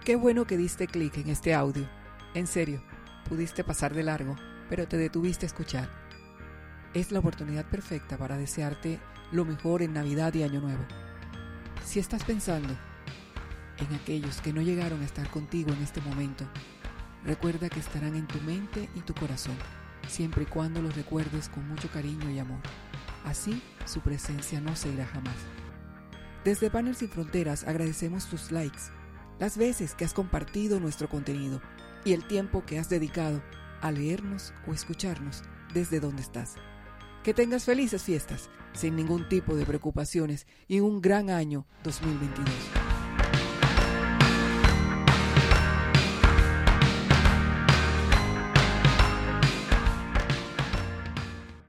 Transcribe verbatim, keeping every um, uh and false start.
Qué bueno que diste clic en este audio. En serio, pudiste pasar de largo, pero te detuviste a escuchar. Es la oportunidad perfecta para desearte lo mejor en Navidad y Año Nuevo. Si estás pensando en aquellos que no llegaron a estar contigo en este momento, recuerda que estarán en tu mente y tu corazón, siempre y cuando los recuerdes con mucho cariño y amor. Así, su presencia no se irá jamás. Desde Banners Sin Fronteras agradecemos tus likes, las veces que has compartido nuestro contenido y el tiempo que has dedicado a leernos o escucharnos desde donde estás. Que tengas felices fiestas, sin ningún tipo de preocupaciones y un gran año dos mil veintidós.